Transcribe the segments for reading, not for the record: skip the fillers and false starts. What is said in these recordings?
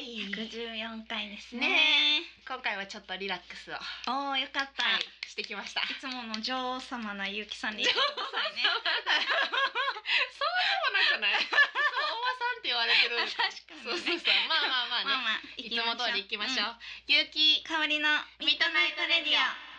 い。 114回ですねね。 今回はちょっとリラックスを、 おー、よかった。 してきました。 いつもの女王様なゆうきさんに言ってくださいね。 そうでもなくない？いつもおばさんって言われてる。 確かに、 そうそうそう。まあね。いつも通り行きましょう。ゆうき香りのミッドナイトレディオ。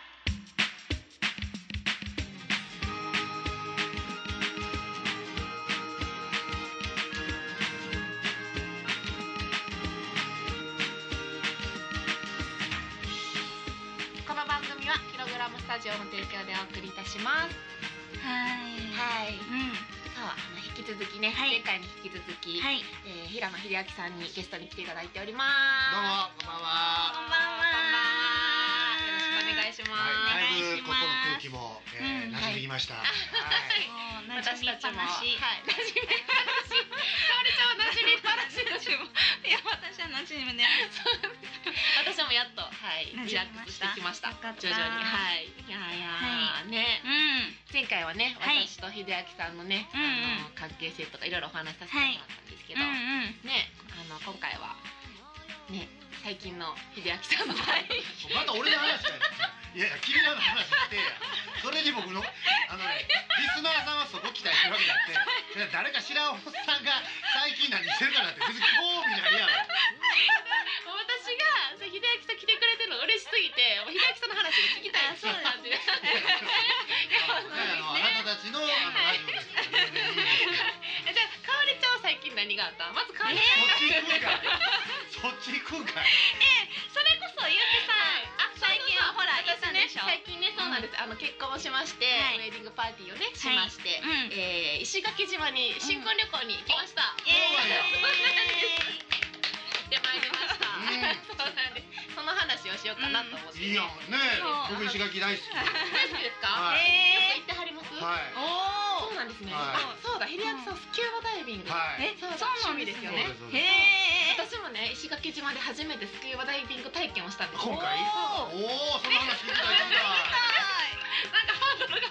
この番組はキログラムスタジオの提供でお送りいたします。 はい。 はい。そう、引き続きね、前回に引き続き、平野秀明さんにゲストに来ていただいております。 どうも、こんばんは。 こんばんは。 よろしくお願いします。 だいぶここの空気も馴染んできました。 私たちも、 馴染みっぱなし。かおりちゃんは馴染みっぱなし。 いや、私は馴染みね。 私もやっとリラックスしてきました。徐々にいやね、前回はね、私と秀明さんのね関係性とかいろいろお話しさせてもらったんですけど、ね、今回はね、最近の秀明さんの場合また俺の話かよ。いやいや、君らの話してや。それに僕のリスナーさんはそこ期待してるわけだって、誰か知らんおっさんが最近何してるかなんて別に興味ないやろ。 私が秀明さん来てくれてるの嬉しすぎて、秀明さんの話が聞きたいっていう感じで。 あなたたちのラジオですから全然いいです。 じゃあ、かおりちゃんは最近何があった？まずかおりちゃん。 そっち行くんかい。 それこそゆうきさん、最近はほら言ったんでしょ。 最近ね、そうなんです。結婚をしまして、ウェディングパーティーをねしまして、石垣島に新婚旅行に行きました。でまいりました。そうなんです。その話をしようかなと思って。 いいやんね。僕石垣大好き。 大好きですか？よく行ってはります？ はい。 そうなんですね。そうだ、秀明さんスキューバダイビング。そうなんですよね。私もね、石垣島で初めてスキューバダイビング体験をしたんです。 今回？おお、その話聞きたい。 なんかハードルが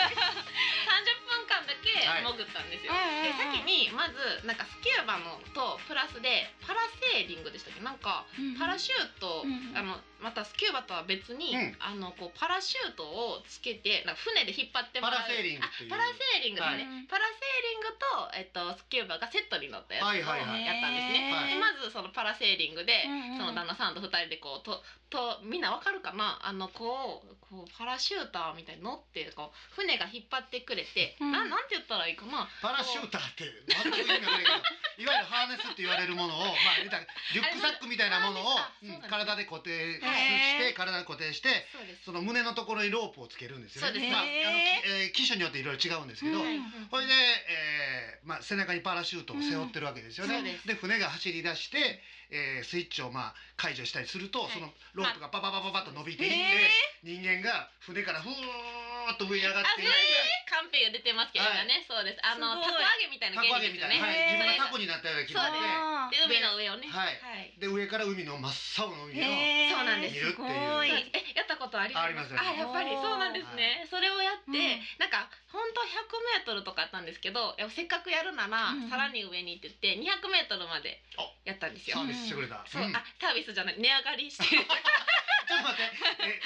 30分間だけ潜ったんですよ。で、先にまずなんかスキューバのとプラスでパラセーリングでしたっけ？なんかパラシュート、またスキューバとは別にこうパラシュートをつけてなんか船で引っ張ってもらう。 パラセーリングっていう。 パラセーリングですね。パラセーリングとスキューバがセットに乗ったやつをやったんですね。でまずそのパラセーリングでその旦那さんと2人でこうみんなわかるかな、こうパラシューターみたいに乗ってこう船が引っ張ってくれて、なんて言ったらいいかな。 パラシューターって全く意味がないけど、いわゆるハーネスって言われるものを、リュックサックみたいなものを体で固定して体に固定して、その胸のところにロープをつけるんですよね。機種によっていろいろ違うんですけど、これで背中にパラシュートを背負ってるわけですよね。で船が走り出してスイッチを解除したりすると、そのロープがパパパパパッと伸びていって人間が船からふーっと上に上がっていって、 カンペが出てますけどね。そうです。タコ揚げみたいな原理ですよね。 自分がタコになったような気分で海の上をね。 で上から海の真っ青の海をそうなんです。 見るっていう。 やったことあります？ あります。 やっぱりそうなんですね。それをやってなんか本当100メートルとかあったんですけど、せっかくやるならさらに上にって言って200メートルまでやったんですよ。 サービスしてくれた。 そう、サービスじゃない、値上がりして。 ちょっと待って、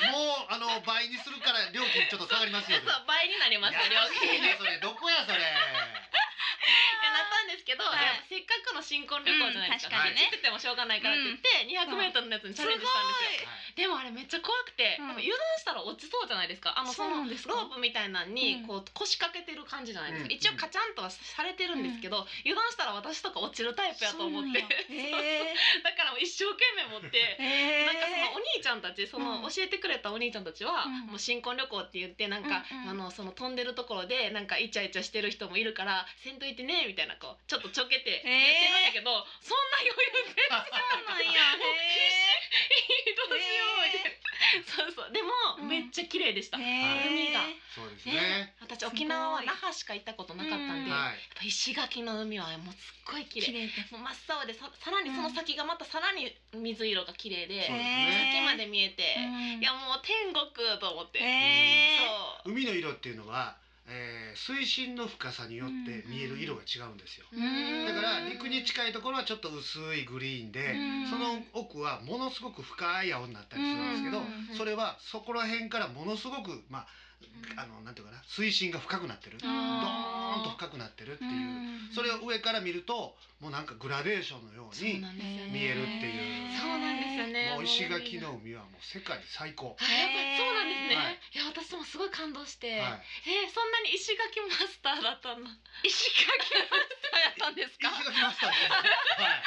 もう倍にするから料金ちょっと下がりますよ。 そう、倍になりました料金。 それどこやそれ。 なったんですけど、せっかくの新婚旅行じゃないですか。ちっくてもしょうがないからって言って200メートルのやつにチャレンジしたんですよ。でもあれめっちゃ怖くて、油断したら落ちそうじゃないですか。そのロープみたいなのにこう腰掛けてる感じじゃないですか。一応カチャンとはされてるんですけど、油断したら私とか落ちるタイプやと思って、だからもう一生懸命持って、なんかそのお兄ちゃんたち、その教えてくれたお兄ちゃんたちはもう新婚旅行って言ってなんかその飛んでるところでなんかイチャイチャしてる人もいるからせんといてねみたいな、こうちょっとちょけて言ってるんだけど、そんな余裕でそうなんや。どうしようみたいな。そうそう、でもめっちゃ綺麗でした。海が。 そうですね。 私沖縄は那覇しか行ったことなかったんで、やっぱ石垣の海はもうすっごい綺麗。もう真っ青でさらにその先がまたさらに水色が綺麗で、先まで見えて、いやもう天国と思って。 海の色っていうのは水深の深さによって見える色が違うんですよ。だから陸に近いところはちょっと薄いグリーンで、その奥はものすごく深い青になったりするんですけど、それはそこら辺からものすごくなんていうかな、水深が深くなってる、ドーンと深くなってるっていう、それを上から見るともうなんかグラデーションのように見えるっていう。 そうなんですよね。 もう石垣の海はもう世界最高。 やっぱりそうなんですね。いや私もすごい感動して、そんなに石垣マスターだったんだ。石垣マスターやったんですか？ 石垣マスターです。はい。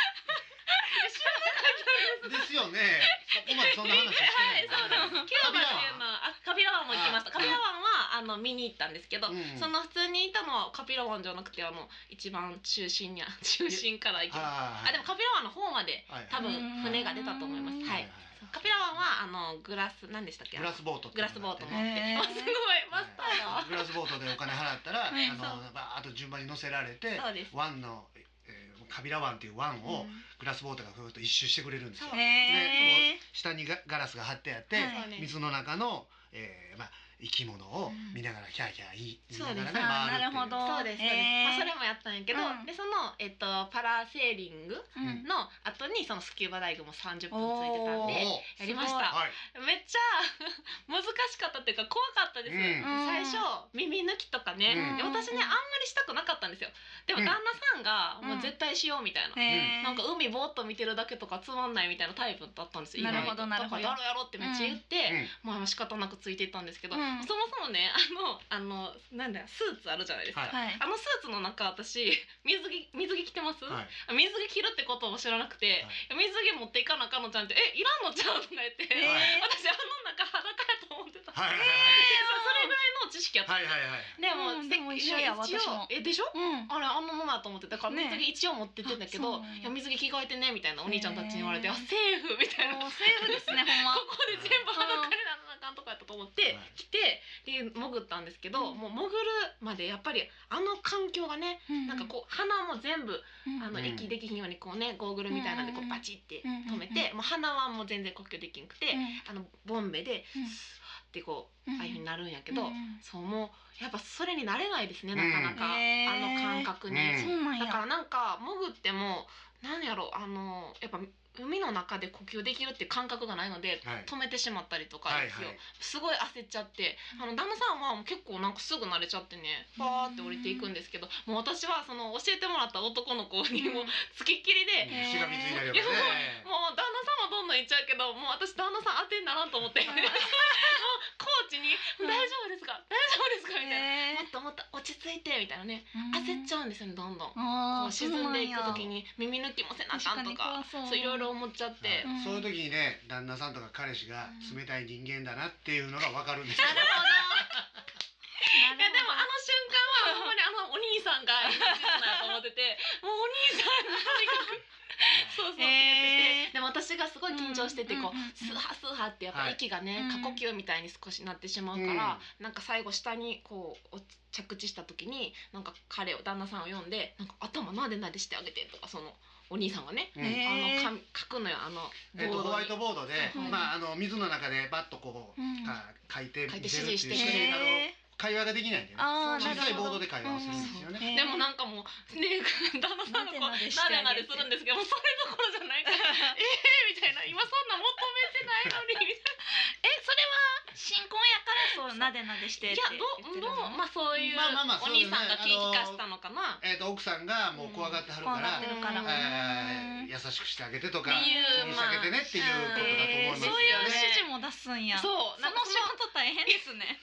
ですよね。そこまでそんな話してない。 そうです。キューバっていうのはカピラ湾も行きました。カピラ湾は見に行ったんですけど、その普通にいたのはカピラ湾じゃなくて一番中心から行きました。でもカピラ湾の方まで多分船が出たと思います。はい。カピラ湾はグラス何でしたっけ？グラスボート乗って。すごいマスターだ。 グラスボートでお金払ったらバーッと順番に乗せられて、湾のカビラ湾っていう湾をグラスボートがふーっと一周してくれるんですよ。で、こう下にガラスが張ってあって、水の中の生き物を見ながらキャーキャー言いながらね回るっていう。 そうです。それもやったんやけど、でそのパラセーリングの後にそのスキューバダイブも30分ついてたんでやりました。めっちゃ難しかったっていうか怖かったです。最初耳抜きとかね、私ねあんまりしたくなかったんですよ。でも旦那さんがもう絶対しようみたいな、なんか海ぼーっと見てるだけとかつまんないみたいなタイプだったんですよ。 なるほどなるほど。 やろうってめっちゃ言って、まあ仕方なくついていったんですけど。そもそもねなんだスーツあるじゃないですか。スーツの中私水着着てます？水着着るってことも知らなくて、水着持っていかなあかんのちゃんっていらんのちゃうとか言って、私中裸やと思ってた。それぐらいの知識やった。でも一緒や私も。でしょ？あれままと思ってだから水着一応持ってってんだけど、水着着替えてねみたいなお兄ちゃんたちに言われて、セーフみたいな。 セーフですねほんま。 ここで全部裸にならなあかんとかやったと思って着て。で潜ったんですけど、もう潜るまでやっぱり環境がね、なんかこう鼻も全部息できひんようにこうねゴーグルみたいなんでこうバチって止めて、もう鼻はもう全然呼吸できんくて、ボンベでスーってこうああいう風になるんやけど、そうもうやっぱそれに慣れないですねなかなか感覚に。だからなんか潜っても何やろやっぱ海の中で呼吸できるっていう感覚がないので、止めてしまったりとかですよ。すごい焦っちゃって、旦那さんは結構なんかすぐ慣れちゃってね、パーって降りていくんですけど、もう私はその教えてもらった男の子にもつきっきりで、もう旦那さんはどんどん行っちゃうけど、もう私旦那さん当てにならんと思って、もうコーチに大丈夫ですかみたいな、もっと落ち着いてみたいなね、焦っちゃうんですよねどんどん。こう沈んでいく時に耳抜きもせなあかんとか、そういろいろ思っちゃって、 そういう時にね旦那さんとか彼氏が冷たい人間だなっていうのが分かるんですよ。 なるほど。いやでも瞬間はほんまにお兄さんがいい人だと思ってて、もうお兄さんがとにかくそうって言ってて、でも私がすごい緊張しててこうスーハスーハってやっぱ息がね過呼吸みたいに少しなってしまうから、なんか最後下にこう着地した時になんか旦那さんを呼んで、なんか頭なでなでしてあげてとか、そのお兄さんがね書くのよホワイトボードで水の中でバッとこう書いて指示してくれる。 会話ができないんでね、小さいボードで会話をするんですよね。 でもなんかもうね旦那さんの子なでなでするんですけど、それどころじゃないからみたいな、今そんな求めてないのにみたいな。 それは新婚やからそうなでなでしてって言ってるの？ まあそういうお兄さんが気利かしたのかな。 奥さんがもう怖がってはるから優しくしてあげてとか気にしてあげてねっていうことだと思いますよね。 そういう指示も出すんや。 そう、 その仕事大変ですね。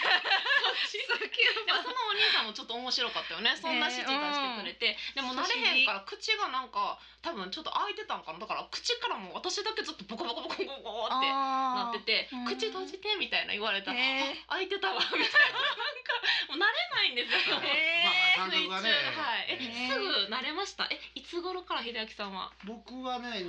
でもそのお兄さんもちょっと面白かったよね。そんな指示出してくれて、でも慣れへんから口がなんか多分ちょっと開いてたんかな。だから口からも私だけずっとボコボコボコボコってなってて、口閉じてみたいな言われたら開いてたわみたいな、なんかもう慣れないんですよ。 感覚がね。 すぐ慣れました。いつ頃から秀明さんは？ 僕はね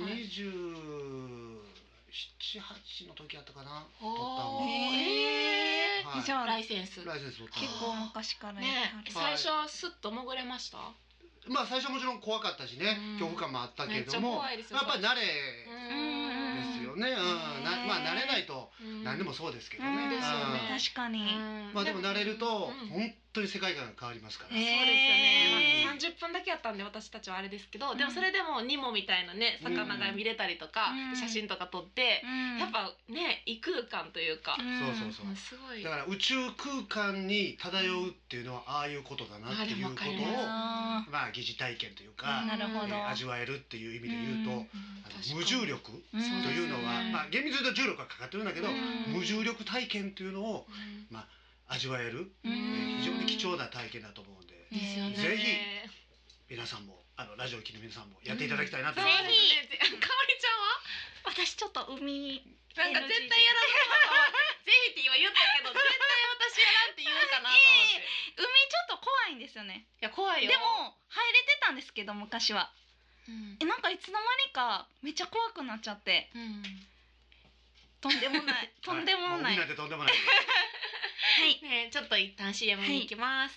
27、8の時やったかな。取ったの。 じゃあライセンス取った。 結構昔からね。最初はスッと潜れました？ まあ最初もちろん怖かったしね、恐怖感もあったけども、やっぱり慣れですよね。まあ慣れないと何でもそうですけどね。 確かに。 まあでも慣れると本当に世界観が変わりますから。 そうですよね。30分だけやったんで私たちはあれですけど、でもそれでもニモみたいなね魚が見れたりとか、写真とか撮って、やっぱね異空間というか、 そうすごい。だから宇宙空間に漂うっていうのはああいうことだなっていうことをまあ疑似体験というか味わえるっていう意味で言うと、無重力というのはまあ厳密に言うと重力がかかってるんだけど、無重力体験というのをまあ味わえる非常に貴重な体験だと思うんで、ぜひ皆さんもラジオを聴いて皆さんもやっていただきたいなと。 ぜひ。 かおりちゃんは？ 私ちょっと海なんか絶対やらそう。ぜひって今言ったけど絶対私やらんって言うかなと思って。 海ちょっと怖いんですよね。 いや怖いよ。 でも入れてたんですけど昔は。なんかいつの間にかめっちゃ怖くなっちゃって。とんでもないとんでもない。 みんなでとんでもない。 はい。 ね、ちょっと一旦 CM に行きます。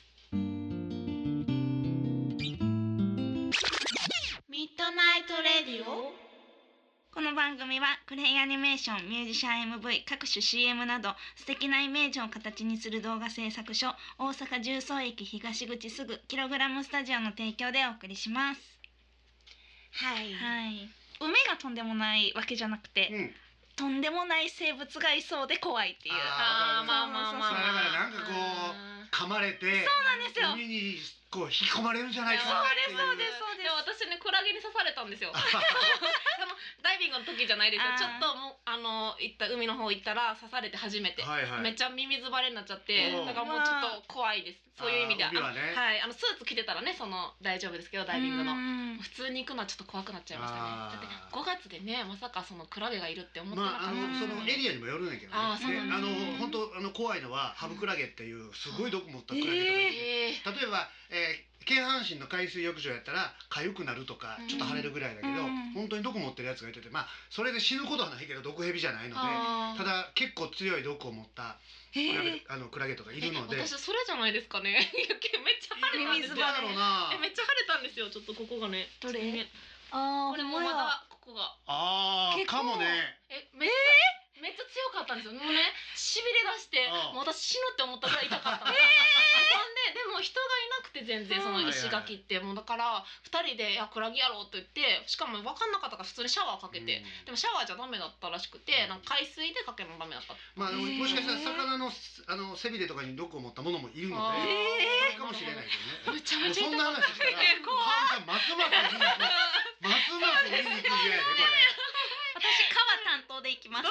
ミッドナイトレディオ。この番組はクレイアニメーション、ミュージシャン MV、各種 CM など素敵なイメージを形にする動画制作所、大阪十三駅東口すぐキログラムスタジオの提供でお送りします。 はい。 はい。海がとんでもないわけじゃなくて。とんでもない生物がいそうで怖いっていう。 まあだからなんかこう噛まれて、 そうなんですよ。 海にこう引き込まれるんじゃないかなっていう。 そうですそうです。 でも私ねクラゲに刺されたんですよ。ダイビングの時じゃないですよ。ちょっともう行った海の方行ったら刺されて初めて、めっちゃミミズバレになっちゃって、だからもうちょっと怖いです。そういう意味では。はい、スーツ着てたらね大丈夫ですけどダイビングの普通に行くのはちょっと怖くなっちゃいましたね。だって5月でねまさかそのクラゲがいるって思ってなかった。 そのエリアにもよるんだけどね。本当怖いのはハブクラゲっていうすごい毒持ったクラゲとかいて、例えば京阪神の海水浴場やったら痒くなるとかちょっと腫れるぐらいだけど、本当に毒持ってるやつがいてて、まあそれで死ぬことはないけど毒蛇じゃないので、ただ結構強い毒を持ったクラゲとかいるので。 私それじゃないですかね。めっちゃ腫れたんですよ。めっちゃ腫れたんですよ。ちょっとここがね。 どれ？ これもまだここが。 かもね。 めっちゃ強かったんですよ。もうね、しびれ出して、もう私死ぬって思ったぐらい痛かったんです。でも人がいなくて全然その石垣ってもうだから2人でクラゲやろうと言って、しかも分かんなかったから普通にシャワーかけて、でもシャワーじゃダメだったらしくて、なんか海水でかけるのダメだった。 まあもしかしたら魚の背びれとかに毒を持ったものもいるので、それかもしれないけどね。 めちゃめちゃそんな話したらますます見に行くぐらいでこれ。 私川担当で行きます。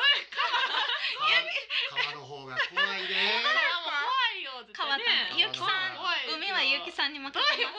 川の方が怖いで。 怖いよ。 川担当。ゆきさん、海はゆきさんに任せます。じゃ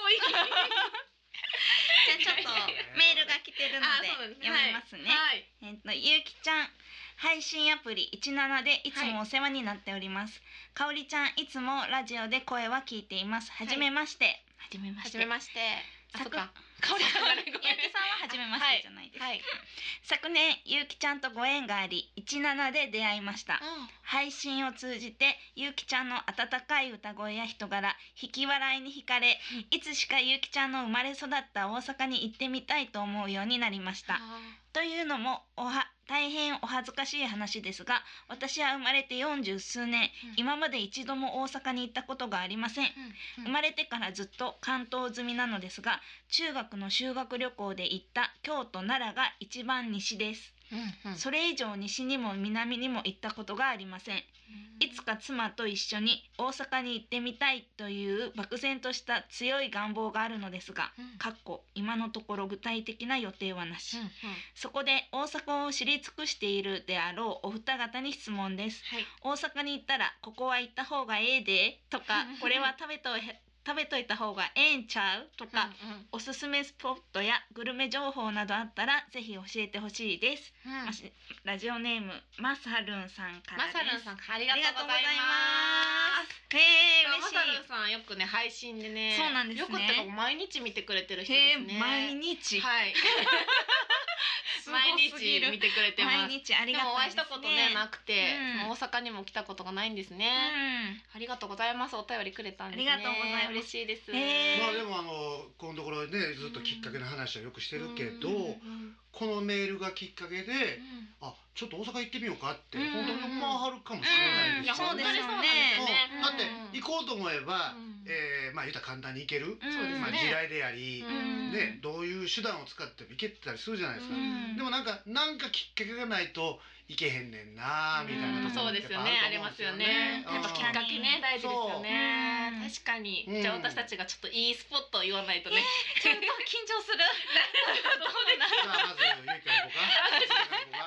あちょっとメールが来てるので読みますね。ゆきちゃん、配信アプリ17でいつもお世話になっております。かおりちゃん、いつもラジオで声は聞いています。はじめまして。はじめまして。 そっか。かおりちゃんがね、 ゆきさんは初めましてじゃないです。昨年ゆうきちゃんとご縁があり17で出会いました。配信を通じてゆうきちゃんの温かい歌声や人柄、引き笑いに惹かれ、いつしかゆうきちゃんの生まれ育った大阪に行ってみたいと思うようになりました。というのも大変お恥ずかしい話ですが、私は生まれて40数年、今まで一度も大阪に行ったことがありません。生まれてからずっと関東済みなのですが、中学の修学旅行で行った京都奈良が一番西です。それ以上西にも南にも行ったことがありません。いつか妻と一緒に大阪に行ってみたいという漠然とした強い願望があるのですが、今のところ具体的な予定はなし。そこで大阪を知り尽くしているであろうお二方に質問です。大阪に行ったらここは行った方がええでとか、これは食べといた方がええんちゃうとか、おすすめスポットやグルメ情報などあったらぜひ教えてほしいです。ラジオネームマサルンさんからです。 マサルンさん、ありがとうございます。 嬉しい。 マサルンさんよくね配信でね、 そうなんですね。 よくってか毎日見てくれてる人ですね。 毎日。 はい。毎日見てくれてます。 毎日ありがたいですね。 でもお会いしたことねなくて、大阪にも来たことがないんですね。ありがとうございます。お便りくれたんですね。 ありがとうございます。 嬉しいです。 まあでもこのところねずっときっかけの話はよくしてるけど、このメールがきっかけで、ちょっと大阪行ってみようかって本当に思わはるかもしれないですよね。 そうですよね。 だって行こうと思えばまあ言ったら簡単に行ける、 まあ時代であり、でどういう手段を使っても行けたりするじゃないですか。でもなんかきっかけがないといけへんねんなみたいなところそうですよね、ありますよね。やっぱきっかけね、大事ですよね。確かに。じゃあ私たちがちょっといいスポットを言わないとね。 ちょっと緊張する。 じゃあまずゆいから行こうか。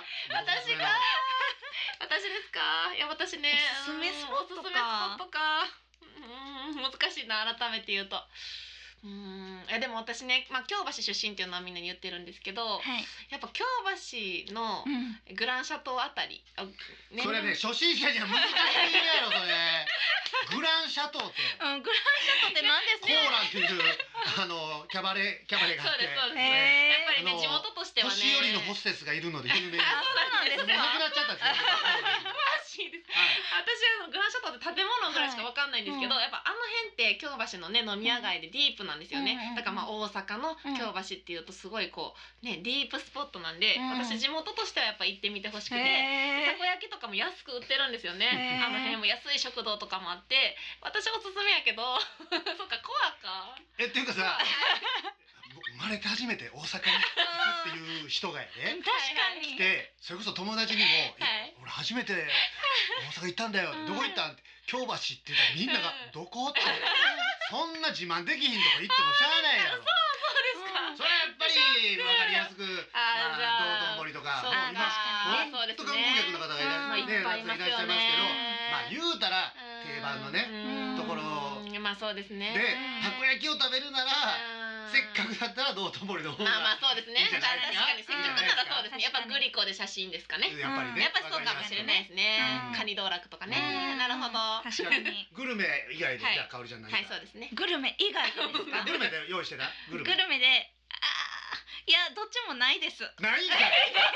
私ですか。いや私ね、 おすすめスポットか。 難しいな、改めて言うと。でも私ね、まあ京橋出身っていうのはみんなに言ってるんですけど、やっぱ京橋のグランシャトーあたり、 それね初心者には難しいやろそれ。グランシャトーって、 グランシャトーって何ですか？ コーランっていうキャバレーがあって、 そうです。やっぱりね地元としてはね、 年寄りのホステスがいるので有名。 そうなんですか。 なくなっちゃったんですよ。 私グランシャトーって建物ぐらいしかわかんないんですけど、やっぱあの辺って京橋のね飲み屋街でディープなんですよね。だからまあ大阪の京橋っていうとすごいこうねディープスポットなんで、私地元としてはやっぱ行ってみてほしくて、たこ焼きとかも安く売ってるんですよね。あの辺も安い食堂とかもあって、私おすすめやけど、そっかコアか。 っていうかさ、生まれて初めて大阪に行くっていう人がやね。 確かに。 でそれこそ友達にも俺初めて大阪行ったんだよ。どこ行ったんって京橋って言ったらみんながどこって。そんな自慢できひんとこ行ってもしゃあないやろ。それやっぱり分かりやすく道頓堀とか今ほんと観光客の方がいらっしゃいますけど、まあ言うたら定番のねところまあそうですね。 でたこ焼きを食べるならせっかくだったら道頓堀の方がまあそうですね。確かにせっかくならそうですね。やっぱグリコで写真ですかね。 やっぱりね。 やっぱそうかもしれないですね。カニ道楽とかね。なるほど。 確かに。 グルメ以外でじゃあかおりちゃん何か。 はいそうですね。 グルメ以外ですか。 グルメで用意してた。 グルメでいやどっちもないです。 ないんかい。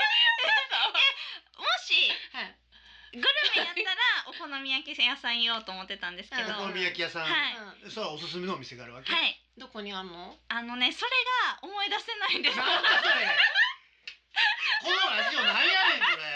もしグルメやったらお好み焼き屋さん言おうと思ってたんですけど。 お好み焼き屋さん。それはおすすめのお店があるわけ。 はい。 どこにあんの？ それが思い出せないんです。 なんだそれ。このラジオなんやねんこれ。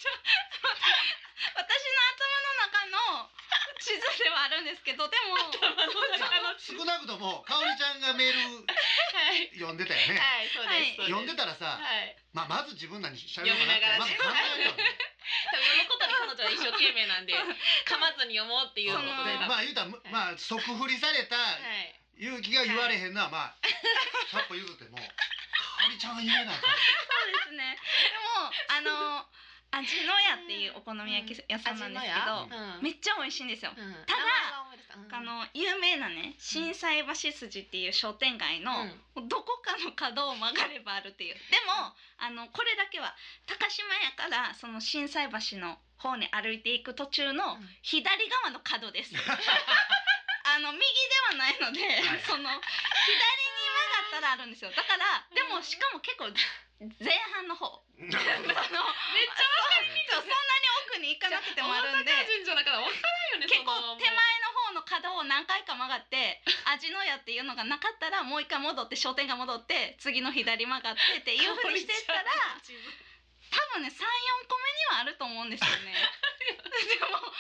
私の頭の中の地図ではあるんですけど、でも少なくともかおりちゃんがメール読んでたよね。 はいそうです。 読んでたらさ、まず自分らにしゃべるかなってまず考えるよね。 読むことに彼女は一生懸命なんで噛まずに読もうっていうことで、 まあ言うたら即振りされた勇気が言われへんのはまあ100歩譲ってもかおりちゃんが言えないから。 そうですね。でも味の屋っていうお好み焼き屋さんなんですけど、めっちゃ美味しいんですよ。ただ有名なね心斎橋筋っていう商店街のどこかの角を曲がればあるっていう。でもこれだけは高島屋からその心斎橋の方に歩いていく途中の左側の角です。右ではないので、その左に曲がったらあるんですよ。だからでもしかも結構前半の方。めっちゃ分かりにくい。そんなに奥に行かなくてもあるんで。結構手前の方の角を何回か曲がって味の屋っていうのがなかったらもう一回戻って商店街戻って次の左曲がってっていう風にしてったら多分ね 3,4 個目にはあると思うんですよね。でもどの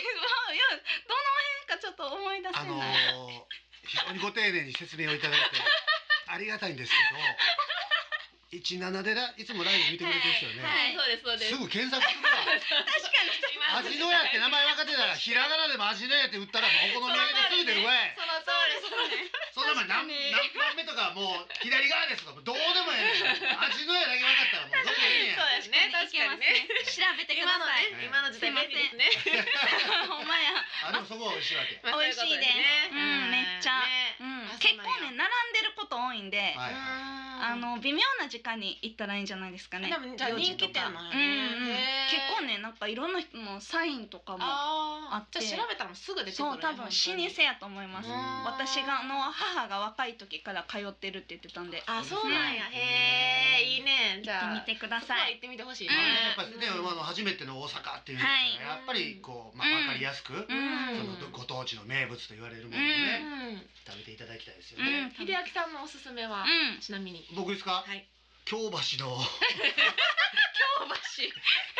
辺かちょっと思い出せない。 非常にご丁寧に説明をいただいてありがたいんですけど。17でいつもライブ見てくれてる人よね。 はい、そうです。 すぐ検索するわ。 確かに。味の屋って名前分かってたら、ひらがなでも味の屋って打ったら、もうお好み焼きですぐ出るわい。 その通りですね。 そんな何番目とか、もう左側ですとか、どうでもいいね。味の屋だけ分かったら、もうそれでいいんや。 そうですね。確かにね。 調べてください。 今の時代便利ですね。 ほんまや。 でもそこは美味しいわけ。 美味しいです。めっちゃ。結構ね並んでること多いんで。微妙な時間に行ったらいいんじゃないですかね。 じゃあ人気店なんやね。 結構ねなんかいろんな人のサインとかもあって。 じゃあ調べたらすぐ出てくる。 そう多分老舗やと思います。私が母が若い時から通ってるって言ってたんで。 あそうなんや。へえいいね。じゃあ行ってみてください。 行ってみてほしいね。 やっぱりね初めての大阪っていうのはやっぱりこう分かりやすくそのご当地の名物と言われるものをね食べていただきたいですよね。 秀明さんのおすすめはちなみに。 僕ですか。京橋の。 京橋。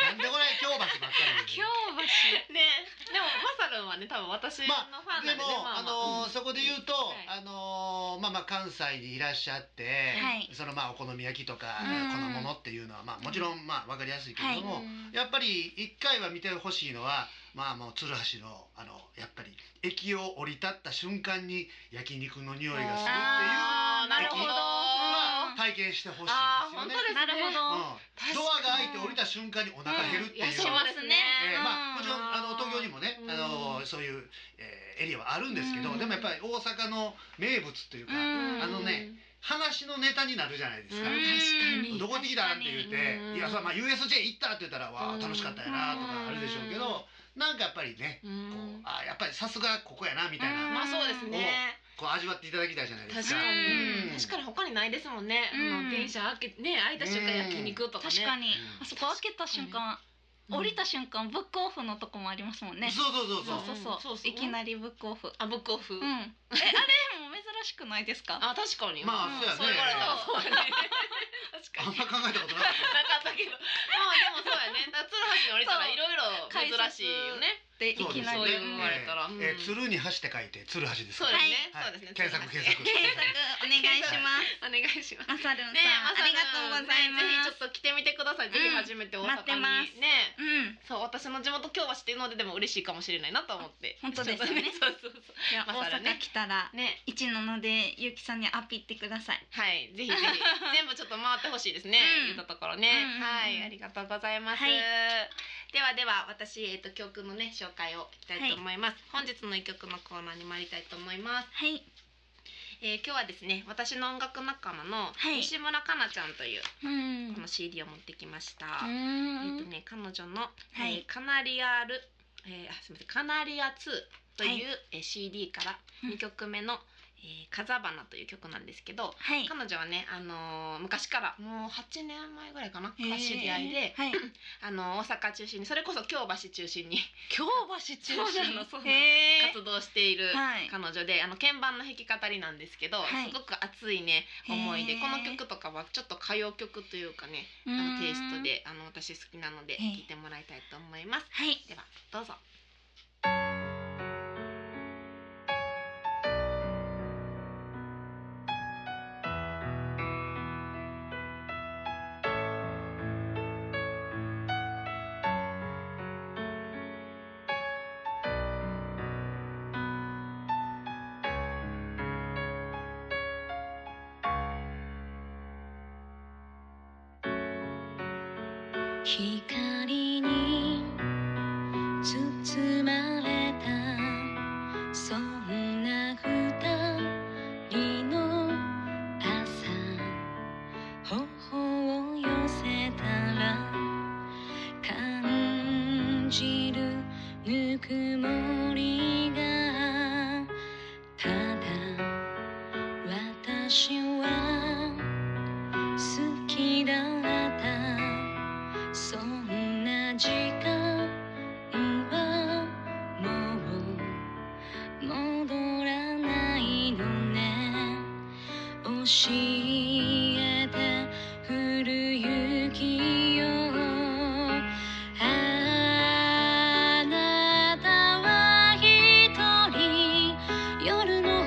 なんでこれ京橋ばっかり。 京橋ね。でもマサルンはね多分私のファンなんでね。 でもそこで言うと関西にいらっしゃって、そのお好み焼きとか粉物っていうのはもちろん分かりやすいけれども、やっぱり一回は見てほしいのはもう鶴橋のやっぱり駅を降り立った瞬間に焼肉の匂いがするっていう駅は体験してほしいですよね。 なるほど。 ドアが開いて降りた瞬間にお腹減るっていう。 しますね。 もちろん東京にもねそういうエリアはあるんですけど、でもやっぱり大阪の名物っていうか話のネタになるじゃないですか。 確かに。 どこで来たんって言って、いやUSJ 行ったって言ったらわあ楽しかったやなとかあるでしょうけど、なんかやっぱりねやっぱりさすがここやなみたいな。 そうですね。 味わっていただきたいじゃないですか。 確かに他にないですもんね。電車開いた瞬間焼肉とかね。 確かに。あそこ開けた瞬間。降りた瞬間ブックオフのとこもありますもんね。 そういきなりブックオフ。 ブックオフ。 あれも珍しくないですか？ 確かに。 そうやね。あんま考えたことなかったけど。でもそうやね。鶴橋に降りたらいろいろ珍しいよね。 でいきなり言われたら。 鶴に橋って書いて鶴橋です。 そうですね。 検索。 お願いします。 お願いします。 マサルンさんありがとうございます。 ぜひちょっと来てみてください。ぜひ初めて大阪にね。そう私の地元京橋っていうのででも嬉しいかもしれないなと思って。 本当ですよね。 そう。 大阪来たらね17でゆうきさんにアピってください。 はい、ぜひ全部ちょっと回ってほしいですね。言ったところね。はい、ありがとうございます。では私曲のね紹介をいきたいと思います。本日の一曲のコーナーに参りたいと思います。 はい。 今日はですね私の音楽仲間の西村かなちゃんというこの CD を持ってきました。彼女のカナリア2という CD から2曲目の風花という曲なんですけど、彼女はね昔からもう8年前ぐらいかな知り合いで、大阪中心にそれこそ京橋中心に活動している彼女で鍵盤の弾き語りなんですけど、すごく熱いね思いでこの曲とかはちょっと歌謡曲というかねテイストで私好きなので聴いてもらいたいと思います。ではどうぞ。 光に包まれたそんな二人の朝頬を寄せたら感じるぬくもりがただ私は好きだったそんな時間はもう戻らないのね教えて降る雪よあなたは一人夜の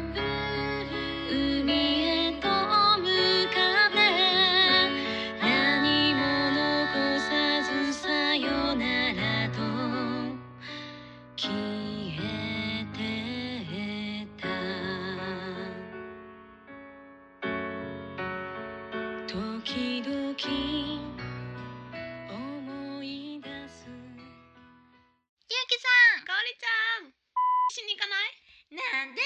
海へと向かって何も残さずさよならと消えてた時々思い出すゆうきさん、 かおりちゃんしに行かない？ なんで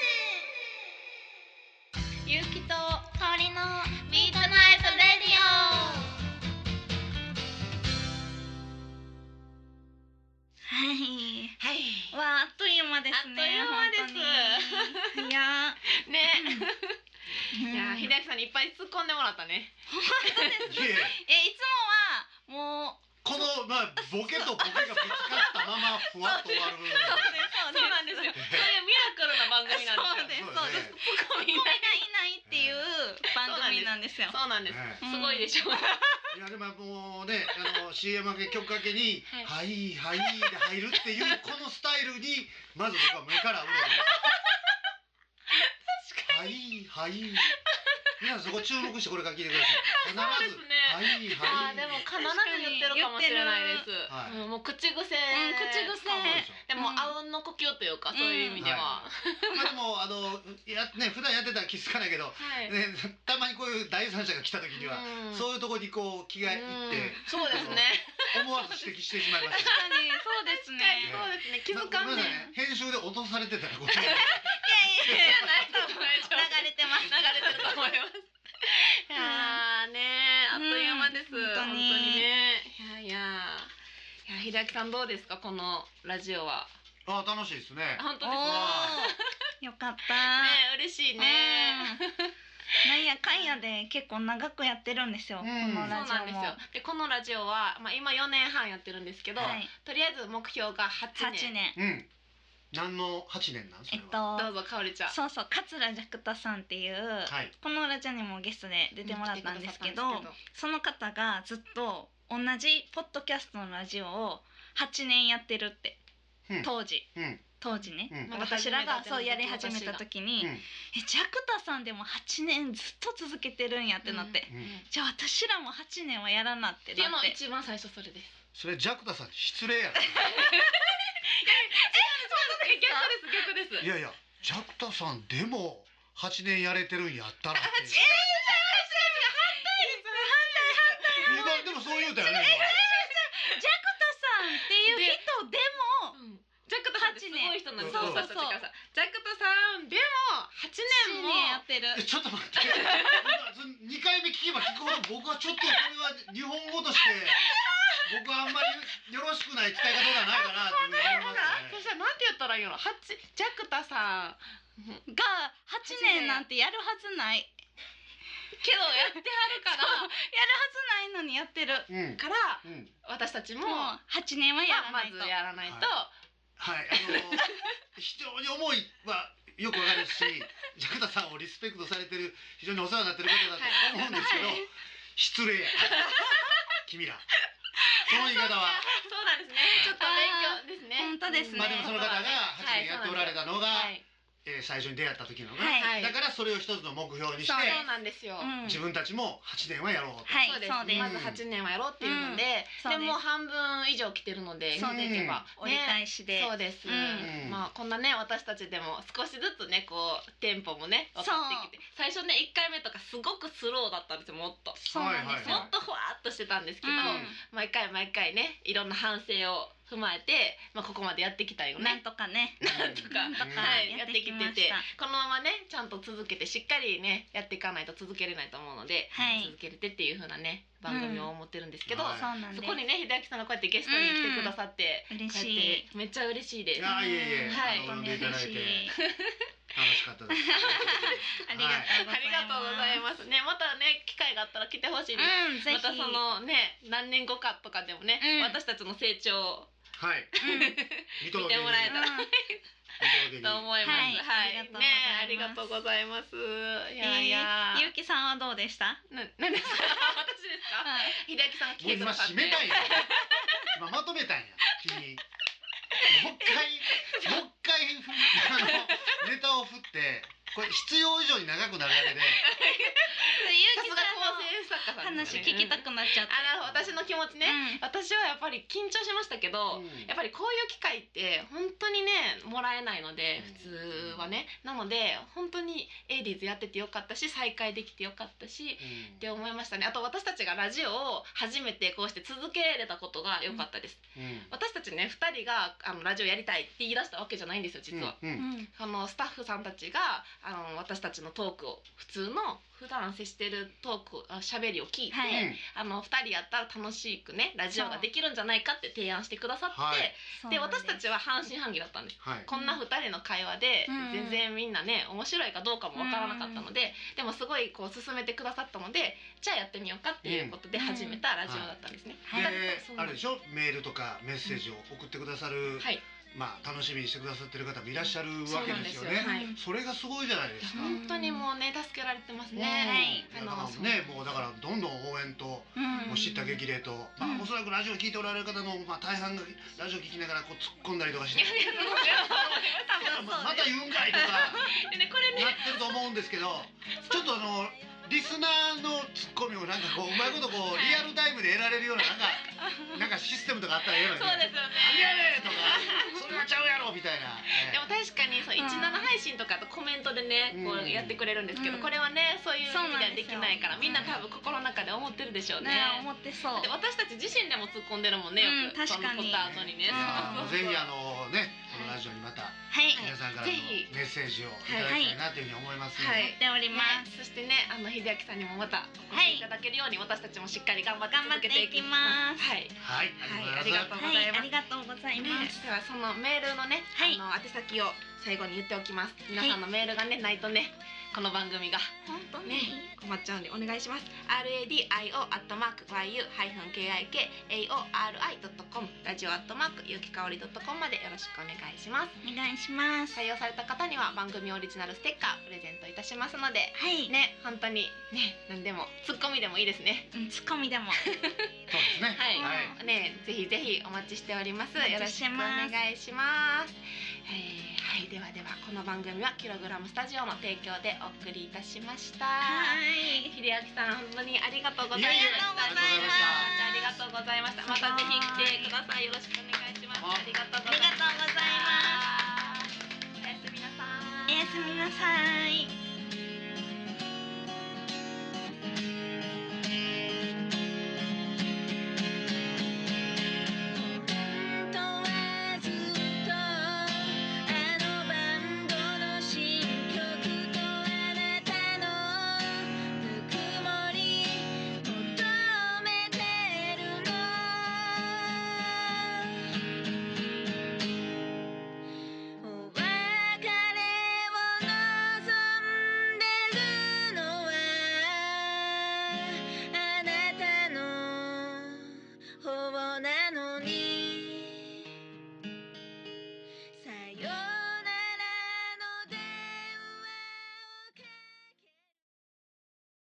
ゆうきとかおりのミートナイトレディオ。 あっという間ですね。 あっという間です。 いやね。いや秀明さんにいっぱい突っ込んでもらったね。 本当です。いつもはもうこのボケとボケがぶつかったままふわっと終わる。 そうなんですよ。そういうミラクルな番組なんですよ。 そうです。ツッコミがいないっていう番組なんですよ。 そうなんです。すごいでしょ。 いやでももうね、CM 明け曲かけにはいはいで入るっていうこのスタイルにまず僕は目から鱗。確かに。はいはい。皆さんそこ注目してこれから聞いてください。必ずはいはい。 でも必ず言ってるかもしれないです。もう口癖。でもあうんの呼吸というかそういう意味では。 まあでもね普段やってたら気づかないけど、ねたまにこういう第三者が来た時にはそういうところにこう気がいって、 そうですね。 思わず指摘してしまいました。 確かにそうですね。 そうですね。気づかんね。 編集で落とされてたらごめんなさい。 いや流れてます。 流れてると思います。いやね、あっという間です。本当にね。いや秀明さんどうですかこのラジオは。 楽しいですね。 本当ですか。 よかった。 ね嬉しいね。 なんやかんやで結構長くやってるんですよ。このラジオも。そうなんですよ。 でこのラジオは今4年半やってるんですけど、とりあえず目標が8年。 何の8年なんですか。 どうぞかおりちゃん。 そう桂ジャクタさんっていうこのラジオにもゲストで出てもらったんですけど、その方がずっと同じポッドキャストのラジオを8年やってるって当時ね、私らがそうやり始めた時にジャクタさんでも8年ずっと続けてるんやってなって、じゃあ私らも8年はやらなってなって。 一番最初それです。 それジャクタさん失礼やろ。 逆です。 いやいやジャクタさんでも8年やれてるんやったらって。でもそう言うたよね。 ジャクタさんっていう人でもジャクタさんってすごい人なんです。そうジャクタさんでも8年もやってる。 ちょっと待って。2回目聞けば聞くほど僕はちょっとこれは日本語として僕はあんまりよろしくない使い方ではないかなって思いますね。 そしたらなんて言ったらいいの。ジャクタさんが8年なんてやるはずないけどやってはるからやるはずないのにやってるから私たちも 8年はやらないと。 まずやらないと。 はい、非常に思いはよくわかるし、ジャクタさんをリスペクトされてる非常にお世話になってる方だと思うんですけど、失礼や君ら。その言い方はそうなんですね。ちょっと勉強ですね。 本当ですね。 まあでもその方が8年やっておられたのが最初に出会った時のね、だからそれを一つの目標にして、 そうなんですよ。 自分たちも8年はやろうと。 そうです。まず8年はやろうっていうので、でも半分以上来てるので、 そうです。折り返しで。 そうです。まあこんなね私たちでも少しずつねこうテンポもね分かってきて、最初ね1回目とかすごくスローだったんですよ。もっとそうなんですよ。 もっとふわっとしてたんですけど、毎回ねいろんな反省を踏まえて、ここまでやってきたよね。 なんとかね。 なんとかやってきてて、このままねちゃんと続けてしっかりねやっていかないと続けれないと思うので、続けれてっていう風なね番組を思ってるんですけど、そこにね秀明さんがこうやってゲストに来てくださって嬉しい。 めっちゃ嬉しいです。 はい、呼んでいただいて楽しかったです。 ありがとうございます。 ね、またね機会があったら来てほしいです。またそのね何年後かとかでもね私たちの成長見てもらえたらと思います。はい、ありがとうございます。 ゆうきさんはどうでした？ 何ですか？私ですか？秀明さんが来てくださって。 今締めたんや。今まとめたんや。君。もう一回ネタを振ってこれ必要以上に長くなるだけで。 さすが構成作家さん。 話聞きたくなっちゃって。 私の気持ちね。私はやっぱり緊張しましたけど、やっぱりこういう機会って本当にねもらえないので普通はね。なので本当にエイディーズやっててよかったし再開できてよかったしって思いましたね。あと私たちがラジオを初めてこうして続けれたことが良かったです。私たちね2人がラジオやりたいって言い出したわけじゃないんですよ実は。スタッフさんたちが私たちのトークを普通の普段接してるトーク喋りを聞いて、2人やったら楽しくねラジオができるんじゃないかって提案してくださって、で私たちは半信半疑だったんです、こんな2人の会話で全然みんなね面白いかどうかもわからなかったので、でもすごいこう勧めてくださったのでじゃあやってみようかっていうことで始めたラジオだったんですね。 であれでしょ、メールとかメッセージを送ってくださるまあ楽しみにしてくださってる方もいらっしゃるわけですよね。それがすごいじゃないですか。 本当にもうね助けられてますね。 もうだからどんどん応援ともう知った激励と、まあおそらくラジオ聞いておられる方のまあ大半がラジオ聞きながらこう突っ込んだりとかして、また言うんかいとかなってると思うんですけど、ちょっとリスナーのツッコミをなんかこううまいことこうリアルタイムで得られるようななんかシステムとかあったらええのにね。 そうですよね。 なんでやねんとか、それはちゃうやろみたいな。 でも確かにそう17配信とかとコメントでねこうやってくれるんですけど、これはねそういう意味ではできないから、みんな多分心の中で思ってるでしょうね。 思ってそう。 で私たち自身でも突っ込んでるもんね、よくそのポスター後にね。 ぜひねこのラジオにまた皆さんからのメッセージをいただきたいなというふうに思います。 はい、っております。 そしてね秀明さんにもまたお越しいただけるように私たちもしっかり頑張って続けていきます。はい、ありがとうございます。 ありがとうございます。 ではそのメールのね宛先を最後に言っておきます。皆さんのメールがねないとねこの番組が本当ね困っちゃうんでお願いします。radio@yukikaori.com ラジオ@yukikaori.com までよろしくお願いします。 お願いします。 採用された方には番組オリジナルステッカープレゼントいたしますので、 ね本当にね何でもツッコミでもいいですね。 ツッコミでも。 そうですね。 はいねぜひぜひお待ちしております。よろしくお願いします。はいではこの番組はキログラムスタジオの提供でお送りいたしました。秀明さん本当にありがとうございました。ありがとうございました。またぜひ来てください。よろしくお願いします。ありがとうございます。 おやすみなさい。おやすみなさい。